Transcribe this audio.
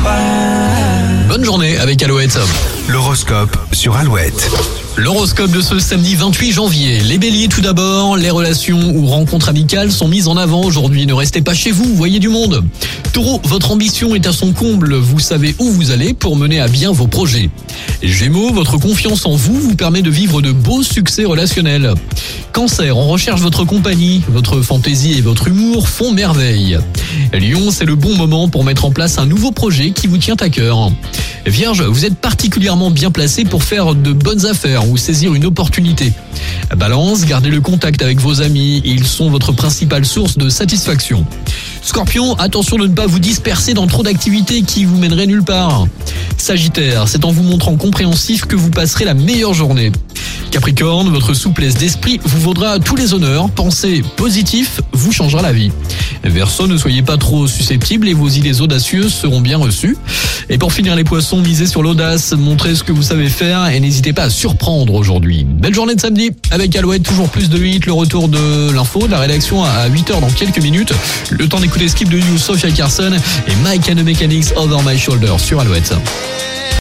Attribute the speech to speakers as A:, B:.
A: Bonne journée avec Alouette.
B: L'horoscope sur Alouette.
A: L'horoscope de ce samedi 28 janvier. Les béliers tout d'abord, les relations ou rencontres amicales sont mises en avant aujourd'hui. Ne restez pas chez vous, voyez du monde. Taureau, votre ambition est à son comble. Vous savez où vous allez pour mener à bien vos projets. Gémeaux, votre confiance en vous vous permet de vivre de beaux succès relationnels. Cancer, on recherche votre compagnie. Votre fantaisie et votre humour font merveille. Lion, c'est le bon moment pour mettre en place un nouveau projet qui vous tient à cœur. Vierge, vous êtes particulièrement bien placé pour faire de bonnes affaires ou saisir une opportunité. Balance, gardez le contact avec vos amis, ils sont votre principale source de satisfaction. Scorpion, attention de ne pas vous disperser dans trop d'activités qui vous mèneraient nulle part. Sagittaire, c'est en vous montrant compréhensif que vous passerez la meilleure journée. Capricorne, votre souplesse d'esprit vous vaudra tous les honneurs. Pensez positif, vous changera la vie. Verseau, ne soyez pas trop susceptibles et vos idées audacieuses seront bien reçues. Et pour finir les poissons, misez sur l'audace, montrez ce que vous savez faire et n'hésitez pas à surprendre aujourd'hui. Belle journée de samedi avec Alouette, toujours plus de hits, le retour de l'info, de la rédaction à 8h dans quelques minutes. Le temps d'écouter Skip de You, Sophia Carson et Mike and the Mechanics Over My Shoulder sur Alouette.